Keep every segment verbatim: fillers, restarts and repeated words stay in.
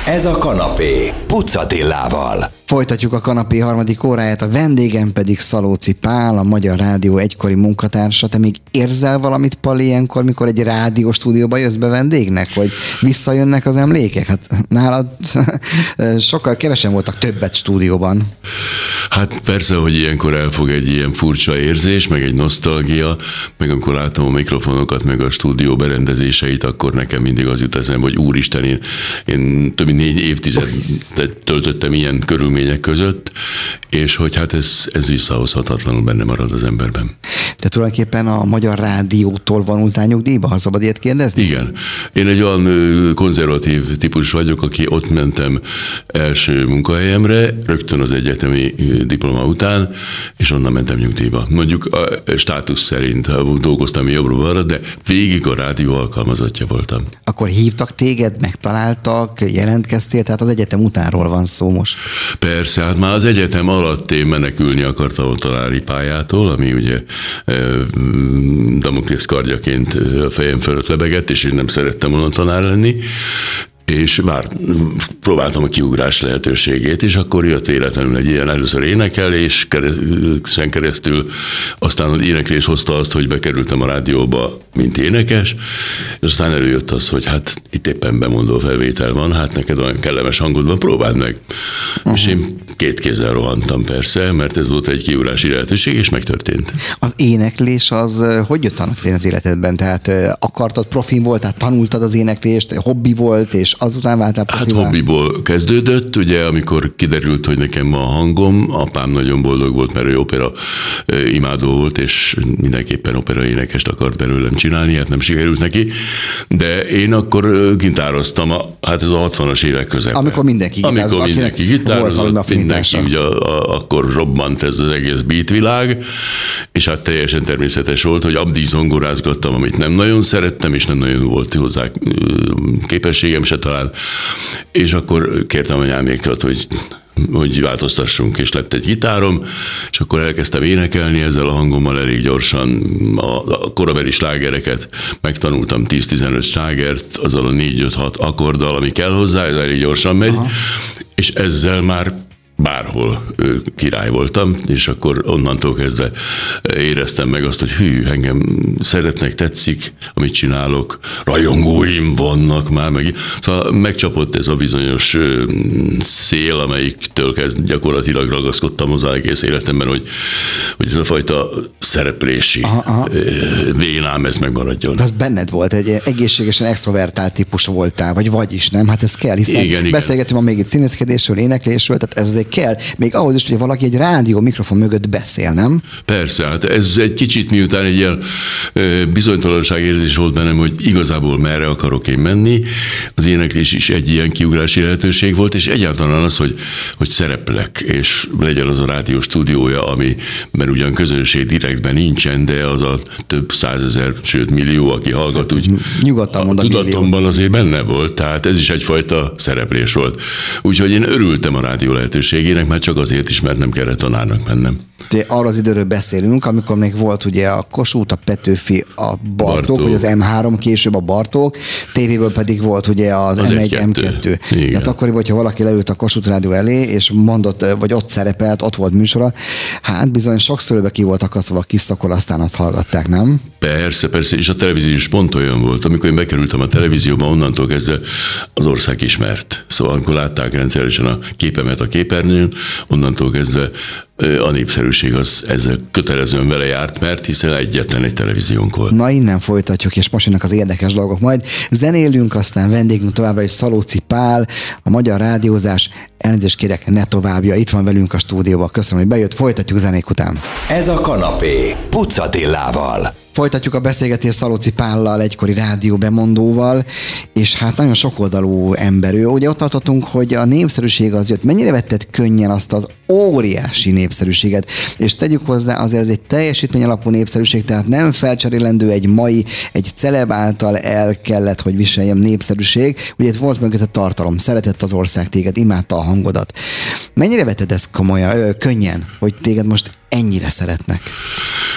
Ez a kanapé Puc Attilával. Folytatjuk a kanapé harmadik óráját, a vendégem pedig Szalóczy Pál, a Magyar Rádió egykori munkatársa. Te még érzel valamit, Pali, ilyenkor, mikor egy rádió stúdióba jössz be vendégnek, vagy visszajönnek az emlékek? Hát nálad sokkal kevesen voltak többet stúdióban. Hát persze, hogy ilyenkor elfog egy ilyen furcsa érzés, meg egy nosztalgia, meg amikor látom a mikrofonokat, meg a stúdió berendezéseit, akkor nekem mindig az jut eszembe, hogy úristen, én, én több mint négy évtizedet töltöttem ilyen körülmények között, és hogy hát ez, ez visszahozhatatlanul benne marad az emberben. Te tulajdonképpen a Magyar Rádiótól vonultál nyugdíjba, ha szabad ilyet kérdezni? Igen. Én egy olyan konzervatív típus vagyok, aki ott mentem első munkahelyemre, rögtön az egyetemi diploma után, és onnan mentem nyugdíjba. Mondjuk a státusz szerint dolgoztam jobbra-balra, de végig a rádió alkalmazottja voltam. Akkor hívtak téged, megtaláltak, jelentkeztél, tehát az egyetem utánról van szó most. Persze, hát már az egyetem alatt én menekülni akartam a tanári pályától, ami ugye Damoklész kardjaként a fejem fölött lebegett, és én nem szerettem volna tanár lenni, és már próbáltam a kiugrás lehetőségét, és akkor jött véletlenül egy ilyen először énekelés keresztül, aztán az éneklés hozta azt, hogy bekerültem a rádióba, mint énekes, és aztán előjött az, hogy hát itt éppen bemondó felvétel van, hát neked olyan kellemes hangod van, próbáld meg. Uh-huh. És én két kézzel rohantam persze, mert ez volt egy kiugrási lehetőség, és megtörtént. Az éneklés az hogy jött annak az életedben? Tehát akartad, profin volt, tehát tanultad az éneklést, hobbi volt, és azután váltál profivá? Hát hobbiból kezdődött, ugye, amikor kiderült, hogy nekem van hangom, apám nagyon boldog volt, mert ő opera imádó volt, és mindenképpen opera énekest akart belőlem csinálni, hát nem sikerült neki, de én akkor gitároztam, a, hát ez a hatvanas évek közepén. Amikor mindenki gitározott. Amikor mindenki gitározott, mindenki, ugye a, a, akkor robbant ez az egész beatvilág, és hát teljesen természetes volt, hogy abdig zongorázgattam, amit nem nagyon szerettem, és nem nagyon volt hozzá képességem se talán, és akkor kértem anyámékat, hogy hogy változtassunk, és lett egy gitárom, és akkor elkezdtem énekelni ezzel a hangommal elég gyorsan a korabeli slágereket, megtanultam tíz-tizenöt slágert, azzal a négy-öt-hat akkorddal, ami kell hozzá, ez elég gyorsan megy, aha. És ezzel már bárhol király voltam, és akkor onnantól kezdve éreztem meg azt, hogy hű, engem szeretnek, tetszik, amit csinálok, rajongóim vannak már, meg szóval megcsapott ez a bizonyos szél, amelyiktől kezd gyakorlatilag ragaszkodtam hozzá egész életemben, hogy, hogy ez a fajta szereplési aha, aha. vénám, ez megmaradjon. De az benned volt, egy egészségesen extrovertált típus voltál, vagy vagy is, nem? Hát ez kell, hiszen igen, beszélgetünk ma még itt színészkedésről, éneklésről, tehát ez egy kell, még ahhoz is, hogy valaki egy rádió mikrofon mögött beszél, nem? Persze, hát ez egy kicsit miután egy ilyen bizonytalanságérzés volt bennem, hogy igazából merre akarok én menni, az éneklés is egy ilyen kiugrási lehetőség volt, és egyáltalán az, hogy, hogy szereplek, és legyen az a rádió stúdiója, ami, mert ugyan közönség direktben nincsen, de az a több százezer, sőt millió, aki hallgat, úgy nyugodtan mondom, tudatomban azért benne volt, tehát ez is egyfajta szereplés volt. Úgyhogy én örültem a rádió lehetőségének, már csak azért is, mert nem kellett tanárnak mennem. De arra az időről beszélünk, amikor még volt ugye a Kossuth, a Petőfi, a Bartók, Bartók. Vagy az em három, később a Bartók, tévéből pedig volt ugye az, az em egy, em kettő. Tehát akkoriban, hogyha valaki leült a Kossuth Rádió elé, és mondott, vagy ott szerepelt, ott volt műsora, hát bizony sokszor ki volt akasztva a kis szakol, aztán azt hallgatták, nem? Persze, persze, és a televízió is pont olyan volt. Amikor én bekerültem a televízióba, onnantól kezdve az ország ismert. Szóval amikor látták rendszeresen a képemet a képernyőn, onnantól kezdve a népszerűség az ezzel kötelezően vele járt, mert hiszen egyetlen egy televíziónk volt. Na, innen folytatjuk, és most jönnek az érdekes dolgok. Majd zenélünk, aztán vendégünk továbbra is Szalóczy Pál, a Magyar Rádiózás, elnézést kérek, ne továbbja. Itt van velünk a stúdióban. Köszönöm, hogy bejött, folytatjuk zenék után. Ez a kanapé Puc Attilával. Folytatjuk a beszélgetést Szalóczy Pállal, egykori rádióbemondóval, és hát nagyon sokoldalú ember ő. Ugye ott tartottunk, hogy a népszerűség az jött. Mennyire vetted könnyen azt az óriási népszerűséget? És tegyük hozzá, azért ez egy teljesítmény alapú népszerűség, tehát nem felcserélendő egy mai, egy celeb által el kellett, hogy viseljem népszerűség. Ugye itt volt mögött a tartalom, szeretett az ország téged, imádta a hangodat. Mennyire vetted ezt komolyan, ö, könnyen, hogy téged most ennyire szeretnek?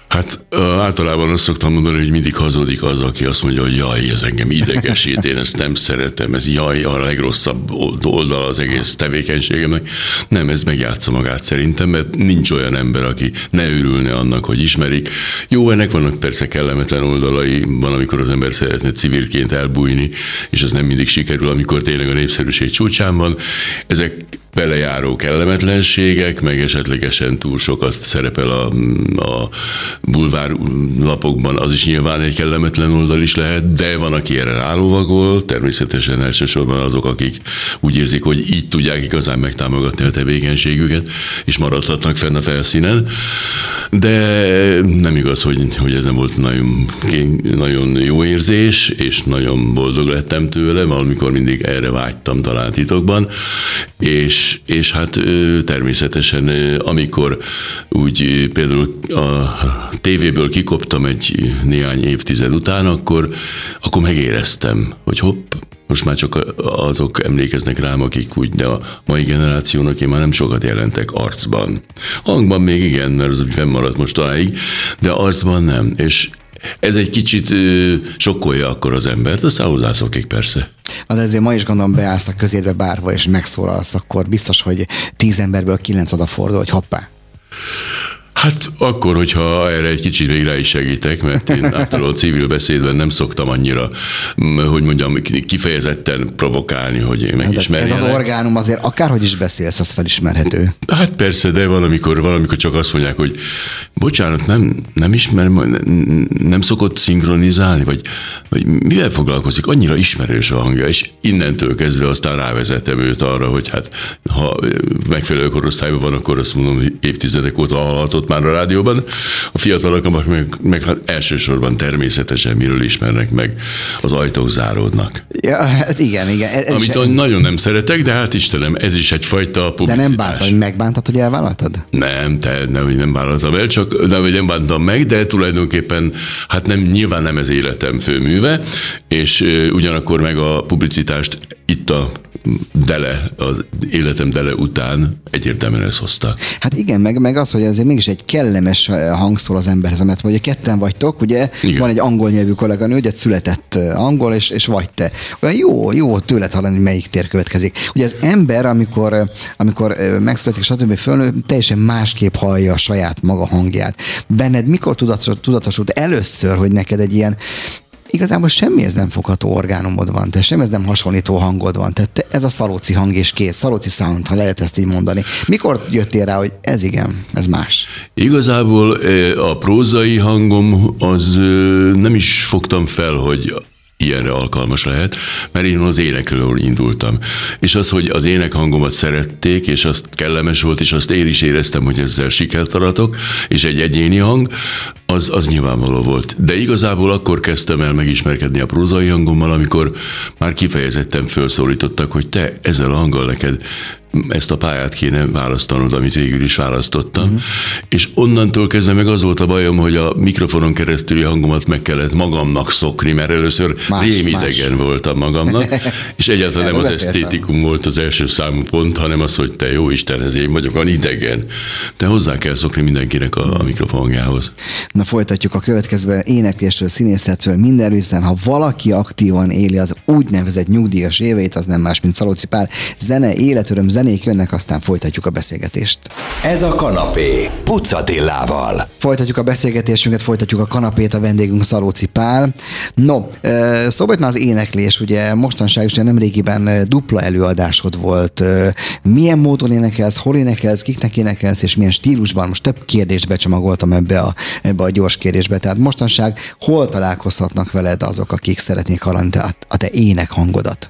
Hát általában azt szoktam mondani, hogy mindig hazudik az, aki azt mondja, hogy jaj, ez engem idegesít, én ezt nem szeretem, ez jaj, a legrosszabb oldal az egész tevékenységemnek. Nem, ez megjátsza magát szerintem, mert nincs olyan ember, aki ne örülne annak, hogy ismerik. Jó, ennek vannak persze kellemetlen oldalai, van, amikor az ember szeretne civilként elbújni, és az nem mindig sikerül, amikor tényleg a népszerűség csúcsán van. Ezek belejáró kellemetlenségek, meg esetlegesen túl sokat szerepel a, a bulvárlapokban, az is nyilván egy kellemetlen oldal is lehet, de van, aki erre rálovagol, természetesen elsősorban azok, akik úgy érzik, hogy így tudják igazán megtámogatni a tevékenységüket, és maradhatnak fenn a felszínen, de nem igaz, hogy, hogy ez nem volt nagyon, nagyon jó érzés, és nagyon boldog lettem tőle, valamikor mindig erre vágytam talán titokban, és És hát természetesen, amikor úgy például a tévéből kikoptam egy néhány évtized után, akkor, akkor megéreztem, hogy hopp, most már csak azok emlékeznek rám, akik úgy, de a mai generációnak én már nem sokat jelentek arcban. Hangban még igen, mert az úgy fennmaradt mostanáig, de arcban nem. És ez egy kicsit ö, sokkolja akkor az embert, aztán hozzászokik persze. De ezért ma is gondolom beállsz a közérbe bárva, és megszólalsz, akkor biztos, hogy tíz emberből kilenc odafordul, hogy hoppá. Hát akkor, hogyha erre egy kicsit még rá is segítek, mert én általában civil beszédben nem szoktam annyira, hogy mondjam, kifejezetten provokálni, hogy én megismerjenek. Ez az orgánum azért akárhogy is beszélsz, az felismerhető. Hát persze, de van, amikor, van, amikor csak azt mondják, hogy bocsánat, nem, nem ismer, nem, nem szokott szinkronizálni, vagy, vagy mivel foglalkozik, annyira ismerős a hangja, és innentől kezdve aztán rávezetem őt arra, hogy hát ha megfelelő korosztályban van, akkor azt mondom, hogy évtizedek óta hallhatott már a rádióban, a fiatalok meg, meg hát elsősorban természetesen miről ismernek meg, az ajtók záródnak. Ja, hát igen, igen. Ez Amit is... nagyon nem szeretek, de hát Istenem, ez is egyfajta publicitás. De nem bántad, hogy megbántad, hogy elvállaltad? Nem, te nem, nem vállaltam el, csak nem, nem bántam meg, de tulajdonképpen hát nem, nyilván nem ez életem főműve, és uh, ugyanakkor meg a publicitást itt a dele, az életem dele után egyértelműen ezt hozta. Hát igen, meg, meg az, hogy azért mégis egy kellemes hang szól az emberhez, mert ugye ketten vagytok, ugye igen. Van egy angol nyelvű kolléganő, ugye született angol, és, és vagy te. Olyan jó, jó tőled hallani, hogy melyik tér következik. Ugye az ember, amikor, amikor megszületik, stb. Fölnő, teljesen másképp hallja a saját maga hangját. Benned mikor tudatosult először, hogy neked egy ilyen igazából semmihez nem fogható orgánumod van, te semmihez nem hasonlító hangod van, tehát te, ez a Szalóci hang és kész, Szalóci sound, ha lehet ezt így mondani. Mikor jöttél rá, hogy ez igen, ez más? Igazából a prózai hangom az nem is fogtam fel, hogy ilyenre alkalmas lehet, mert én az énekről indultam. És az, hogy az énekhangomat szerették, és azt kellemes volt, és azt én is éreztem, hogy ezzel sikert aratok, és egy egyéni hang, az, az nyilvánvaló volt. De igazából akkor kezdtem el megismerkedni a prózai hangommal, amikor már kifejezetten felszólítottak, hogy te ezzel a hanggal neked ezt a pályát kéne választanod, amit végül is választottam. Uh-huh. És onnantól kezdve meg az volt a bajom, hogy a mikrofonon keresztüli hangomat meg kellett magamnak szokni, mert először más, rémidegen más. voltam magamnak, és egyáltalán nem az esztétikum volt az első számú pont, hanem az, hogy te jó Isten, ez én vagyok, van idegen. Te hozzá kell szokni mindenkinek a, a mikrofonjához. Na folytatjuk a következő éneklésről, színészetről, mindenről, hiszen ha valaki aktívan éli az úgynevezett nyugdíjas éveit, az nem más, mint Szalóci Pál. Zene, életöröm, zenék jönnek, aztán folytatjuk a beszélgetést. Ez a kanapé Puc Attilával. Folytatjuk a beszélgetésünket, folytatjuk a kanapét, a vendégünk Szalóci Pál. No, szóval már az éneklés, ugye mostanság is nemrégiben dupla előadásod volt. Milyen módon énekelsz, hol énekelsz, kiknek énekelsz, és milyen stílusban? Most több kérdést becsomagoltam ebbe a, ebbe a gyors kérdésbe. Tehát mostanság hol találkozhatnak veled azok, akik szeretnék hallani a te énekhangodat?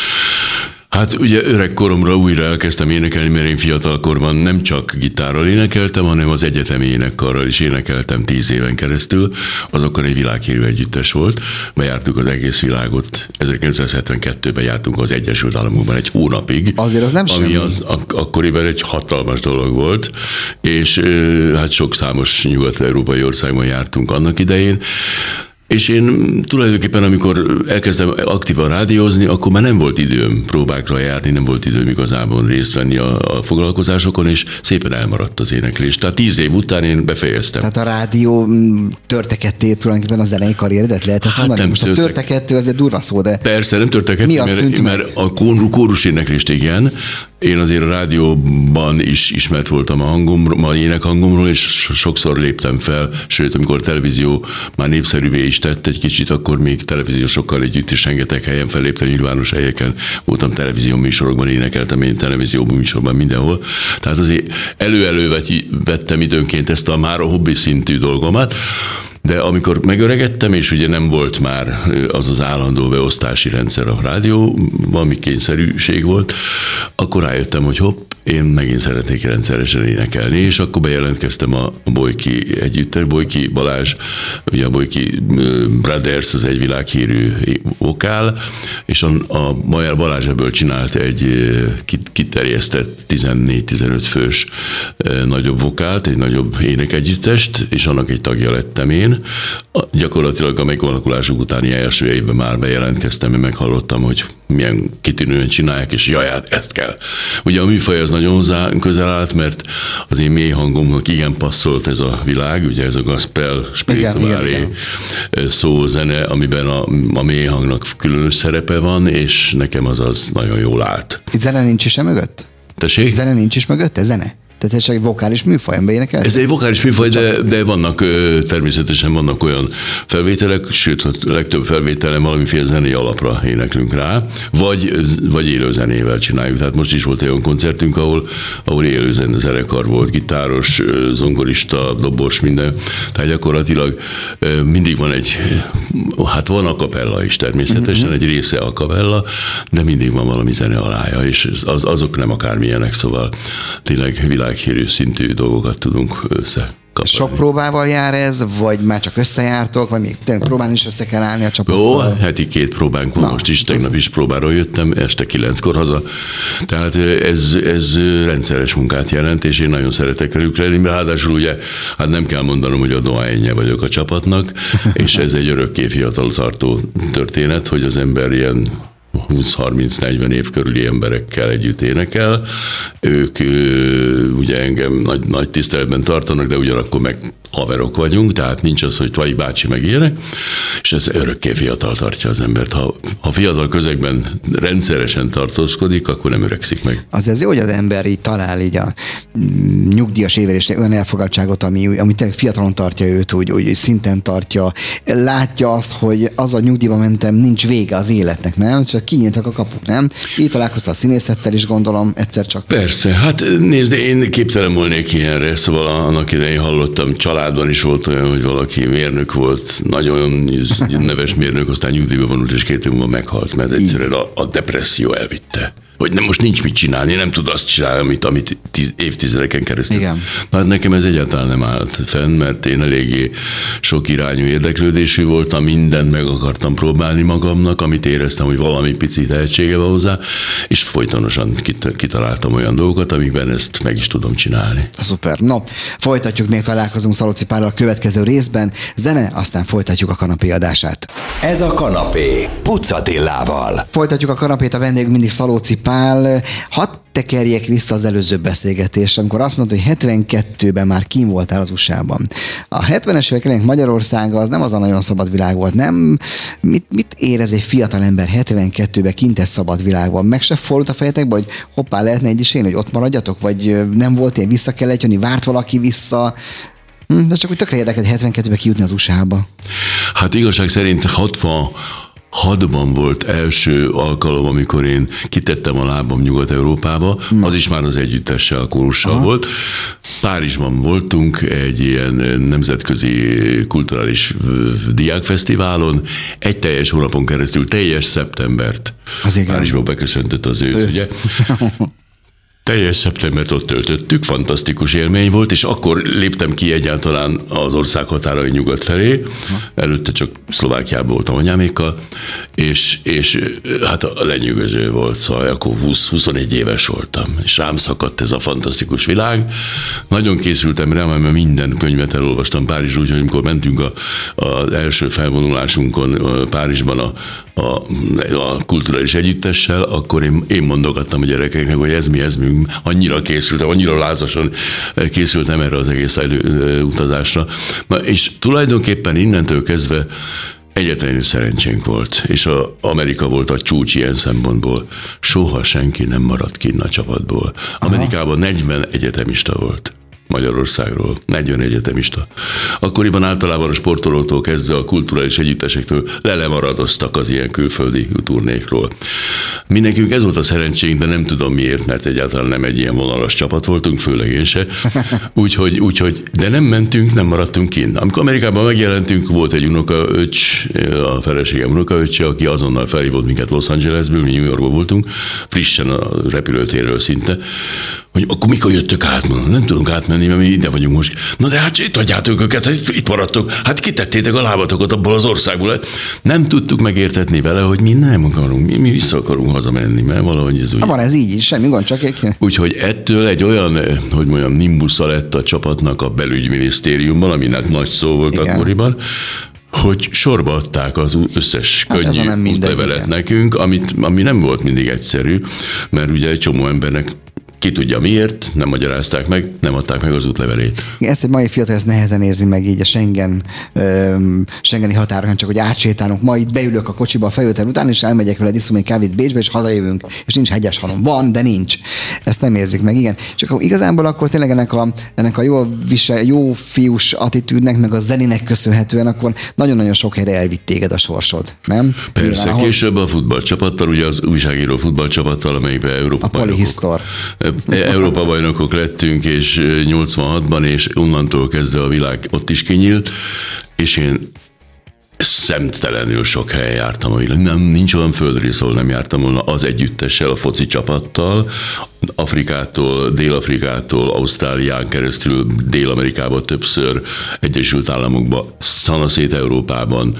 Hát ugye öreg koromra újra elkezdtem énekelni, mert én fiatalkorban nem csak gitárral énekeltem, hanem az egyetemi énekkarral is énekeltem tíz éven keresztül. Az akkor egy világhírű együttes volt. Bejártuk az egész világot. ezerkilencszázhetvenkettőben jártunk az Egyesült Államokban egy hónapig. Azért az nem ami semmi. az ak- akkoriban egy hatalmas dolog volt, és hát sok számos nyugat-európai országban jártunk annak idején. És én tulajdonképpen, amikor elkezdtem aktívan rádiózni, akkor már nem volt időm próbákra járni, nem volt időm igazából részt venni a, a foglalkozásokon, és szépen elmaradt az éneklés. Tehát tíz év után én befejeztem. Tehát a rádió törte ketté tulajdonképpen a zenei karrieredet, lehet ezt hát mondani? Most törte... a törte kettő azért durva szó, de... Persze, nem törte kettő, mert, mert a kórus éneklést igen. Én azért a rádióban is ismert voltam a hangomról, a énekhangomról, és sokszor léptem fel, sőt, amikor a televízió már népszerűvé is tett egy kicsit, akkor még televíziósokkal együtt is rengeteg helyen felléptem, nyilvános helyeken, voltam televízió műsorokban, énekeltem én televízió műsorban mindenhol. Tehát azért elő-elő vettem időnként ezt a már a hobbi szintű dolgomat, de amikor megöregettem, és ugye nem volt már az az állandó beosztási rendszer a rádióban, ami kényszerűség volt, akkor rájöttem, hogy hopp, én megint szeretnék rendszeresen énekelni, és akkor bejelentkeztem a Bolyki együttes, Bolyki Balázs, ugye a Bolyki Brothers, az egy világhírű vokál, és a, a Majer Balázs ebből csinált egy kiterjesztett tizennégy-tizenöt fős nagyobb vokált, egy nagyobb énekegyüttest, és annak egy tagja lettem én. Gyakorlatilag a megalakulásuk utáni első évben már bejelentkeztem, mert meghallottam, hogy milyen kitűnően csinálják, és jaj, hát ezt kell. Ugye a műfaj az nagyon hozzá közel állt, mert az én mély hangomnak igen passzolt ez a világ, ugye ez a gospel, spirituális szó, zene, amiben a, a mély hangnak különös szerepe van, és nekem az az nagyon jól állt. Itt zene nincs is mögött? Tessék? Zene nincs is mögött? Ez zene? Tehát ez csak egy vokális műfaj, amiben énekel? Ez egy vokális műfaj, de, de vannak, természetesen vannak olyan felvételek, sőt, a legtöbb felvételen valamiféle zenei alapra éneklünk rá, vagy, vagy élőzenével csináljuk. Tehát most is volt olyan koncertünk, ahol, ahol élőzenekar volt, gitáros, zongorista, dobos, minden. Tehát gyakorlatilag mindig van egy, hát van a kapella is természetesen, mm-hmm. egy része a kapella, de mindig van valami zene alája, és az, azok nem akármilyenek, szóval tényleg világ hírű szintű dolgokat tudunk összekapni. Sok próbával jár ez, vagy már csak összejártok, vagy még tényleg próbálni is össze kell állni a csapattal? Jó, heti két próbánk van, Na, most is, tegnap is próbáról jöttem, este kilenckor haza. Tehát ez, ez rendszeres munkát jelent, és én nagyon szeretek velük lenni, mert ráadásul ugye, hát nem kell mondanom, hogy a dohányja vagyok a csapatnak, és ez egy örökké fiatal tartó történet, hogy az ember ilyen húsz-harminc-negyven év körüli emberekkel együtt énekel. Ők ugye engem nagy, nagy tiszteletben tartanak, de ugyanakkor meg haverok vagyunk, tehát nincs az, hogy Tvai bácsi meg ilyenek, és ez örökké fiatal tartja az embert. Ha, ha fiatal közegben rendszeresen tartózkodik, akkor nem öregszik meg. Az ez jó, hogy az ember így talál így a nyugdíjas évelésnél olyan elfogadtságot, ami, ami tényleg fiatalon tartja őt, úgy, úgy szinten tartja. Látja azt, hogy az a nyugdíjba mentem, nincs vége az életnek, nem? Csak kinyíltak a kapuk, nem? Így találkoztál a színészettel is, gondolom, egyszer csak. Persze, hát nézd, én képtelen volnék ilyenre, szóval annak idején hallottam, családban is volt olyan, hogy valaki mérnök volt, nagyon neves mérnök, aztán nyugdíjba vonult, és két év múlva meghalt, mert egyszerűen a, a depresszió elvitte. Hogy nem, most nincs mit csinálni, nem tud azt csinálni, amit, amit tíz, évtizedeken keresztül. Igen. Na, hát nekem ez egyáltalán nem állt fenn, mert én eléggé sok irányú érdeklődésű voltam, mindent meg akartam próbálni magamnak, amit éreztem, hogy valami pici tehetsége van hozzá, és folytonosan kitaláltam olyan dolgokat, amikben ezt meg is tudom csinálni. Szuper. No, folytatjuk, még találkozunk Szalóczy Pállal a következő részben. Zene, aztán folytatjuk a kanapé adását. Ez a kanapé Puc Attilával. Folytatjuk a kanapét, a vendégünk mindig Szalóczy Pál. Hadd tekerjek vissza az előző beszélgetésre, amikor azt mondta, hogy hetvenkettőben már kín voltál az u es á-ban. A hetvenes évek elején Magyarországa az nem az a nagyon szabad világ volt, nem? Mit, mit érez egy fiatal ember hetvenkettőben kint egy szabad világban? Meg se fordult a fejetekbe, hogy hoppá, lehetne egy is én, hogy ott maradjatok? Vagy nem volt ilyen, vissza kellett jönni, várt valaki vissza? Hm, de csak úgy tökre érdekelt hetvenkettőben kijutni az u es á-ba. Hát igazság szerint hatvan hatban volt első alkalom, amikor én kitettem a lábam Nyugat-Európába, hmm. az is már az együttessel, a kórussal Aha. volt. Párizsban voltunk egy ilyen nemzetközi kulturális diákfesztiválon, egy teljes hónapon keresztül, teljes szeptembert. Az Párizsban beköszöntött az ősz, ősz. Ugye? Teljes szeptembert ott töltöttük, fantasztikus élmény volt, és akkor léptem ki egyáltalán az ország határai nyugat felé, előtte csak Szlovákiában voltam anyámékkal, és, és hát lenyűgöző volt, szóval akkor húsz-huszonegy éves voltam, és rám szakadt ez a fantasztikus világ. Nagyon készültem rá, mert minden könyvet elolvastam Párizsról, úgyhogy amikor mentünk a, az első felvonulásunkon Párizsban a, a, a kulturális együttessel, akkor én, én mondogattam a gyerekeknek, hogy ez mi, ez mi, annyira készültem, annyira lázasan készültem erre az egész utazásra. Na, és tulajdonképpen innentől kezdve egyetlenül szerencsénk volt, és a Amerika volt a csúcs ilyen szempontból. Soha senki nem maradt kinn a csapatból. Amerikában negyven egyetemista volt. Magyarországról, negyven egyetemista. Akkoriban általában a sportolótól kezdve a kulturális együttesektől lelemaradoztak az ilyen külföldi turnékról. Mi nekünk ez volt a szerencsénk, de nem tudom miért, mert egyáltalán nem egy ilyen vonalas csapat voltunk, főleg én se. Úgyhogy, úgyhogy, de nem mentünk, nem maradtunk kint. Amikor Amerikában megjelentünk, volt egy unokaöcs, a feleségem unokaöccse, aki azonnal felhívott minket Los Angelesből, mi New Yorkban voltunk, frissen a repülőtérről szinte, hogy akkor mikor jöttök át? Mondom, nem tudunk átmenni, mert mi ide vagyunk most. Na de hát itt hagyjátok őket, itt, itt maradtok. Hát kitettétek a lábatokat abból az országból. Nem tudtuk megértetni vele, hogy mi nem akarunk, mi, mi vissza akarunk hazamenni, mert valahogy ez úgy. Ha van ez így is, semmi gond, csak egy. Úgyhogy ettől egy olyan, hogy mondjam, nimbusza lett a csapatnak a belügyminisztériumban, aminek nagy szó volt igen. akkoriban, hogy sorba adták az összes hát könnyű útlevelet nekünk, amit, ami nem volt mindig egyszerű, mert ugye egy csomó embernek ki tudja miért, nem magyarázták meg, nem adták meg az útlevelét. Ezt egy mai fiatal ezt nehezen érzi meg így a Schengen, um, Schengeni határokon, csak hogy átsétálunk, ma itt beülök a kocsiba a felvétel után, és elmegyek vele, iszom egy kávét Bécsbe, és hazajövünk, és nincs hegyes halom. Van, de nincs. Ezt nem érzik meg, igen. Csak akkor igazából akkor tényleg ennek a, ennek a jó, visel, jó fiús attitűdnek, meg a zeninek köszönhetően, akkor nagyon-nagyon sok helyre elvitt téged a sorsod, nem? Persze, nyilván, később a futballcsapattal, ugye az újságíró futballcsapattal, amelyikben Európa a Polihisztor. Európa bajnokok lettünk, és nyolcvanhatban, és onnantól kezdve a világ ott is kinyílt, és én szemtelenül sok helyen jártam a világ. Nem, nincs olyan földrész, ahol nem jártam volna az együttessel, a foci csapattal, Afrikától, Dél-Afrikától, Ausztrálián keresztül, Dél-Amerikában többször, Egyesült Államokban, szanaszét Európában,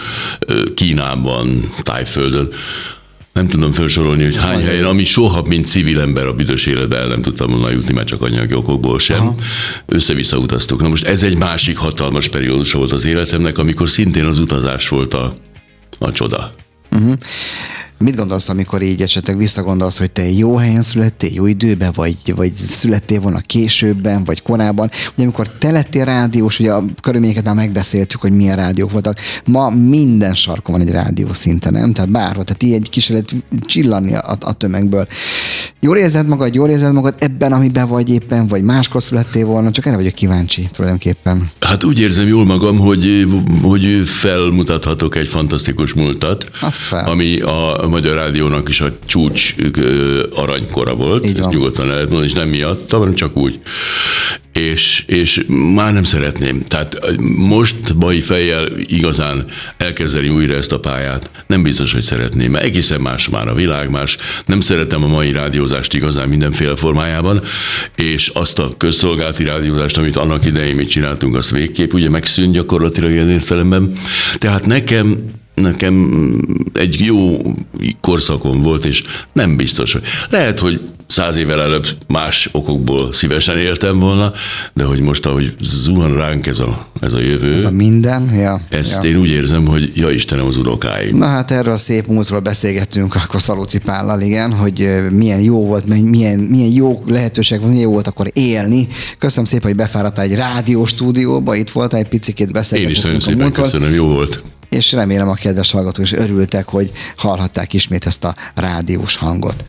Kínában, Tájföldön. Nem tudom felsorolni, hogy hány helyen, ami soha, mint civil ember a büdös életben el nem tudtam volna jutni, már csak anyagi okokból sem. Aha. Össze-vissza utaztuk. Na most ez egy másik hatalmas periódus volt az életemnek, amikor szintén az utazás volt a, a csoda. Uh-huh. Mit gondolsz, amikor így esetleg visszagondolsz, hogy te jó helyen születtél, jó időben, vagy, vagy születtél volna későbben, vagy korábban? Ugye amikor te lettél rádiós, ugye a körülményeket már megbeszéltük, hogy milyen rádiók voltak. Ma minden sarkon van egy rádió szinte, nem? Tehát bárhol, tehát így egy kis lehet csillanni a, a tömegből. Jól érzed magad, jól érzed magad ebben, amiben vagy éppen, vagy máskor születtél volna? Csak erre vagyok kíváncsi tulajdonképpen. Hát úgy érzem jól magam, hogy, hogy felmutathatok egy fantasztikus múltat, ami a Magyar Rádiónak is a csúcs aranykora volt, ezt nyugodtan lehet mondani, és nem miattam, hanem csak úgy. És, és már nem szeretném. Tehát most mai fejjel igazán elkezdeni újra ezt a pályát, nem biztos, hogy szeretném, mert egészen más már a világ, más. Nem szeretem a mai rádiózást igazán mindenféle formájában, és azt a közszolgálati rádiózást, amit annak idején mi csináltunk, azt végképp ugye megszűnt gyakorlatilag ilyen értelemben. Tehát nekem Nekem egy jó korszakom volt, és nem biztos, hogy lehet, hogy száz évvel előbb más okokból szívesen éltem volna, de hogy most, ahogy zuhan ránk ez a, ez a jövő. Ez a minden, ja. Ezt ja. én úgy érzem, hogy ja Istenem, az unokáim. Na hát erről a szép múltról beszélgettünk akkor Szalóci Pállal, igen, hogy milyen jó volt, milyen, milyen jó lehetőség volt, milyen jó volt akkor élni. Köszönöm szépen, hogy befáradtál egy rádió stúdióba, itt voltál, egy picikét beszélgettünk. Én is nagyon szépen múltról. Köszönöm, jó volt. És remélem a kedves hallgatók is örültek, hogy hallhatták ismét ezt a rádiós hangot.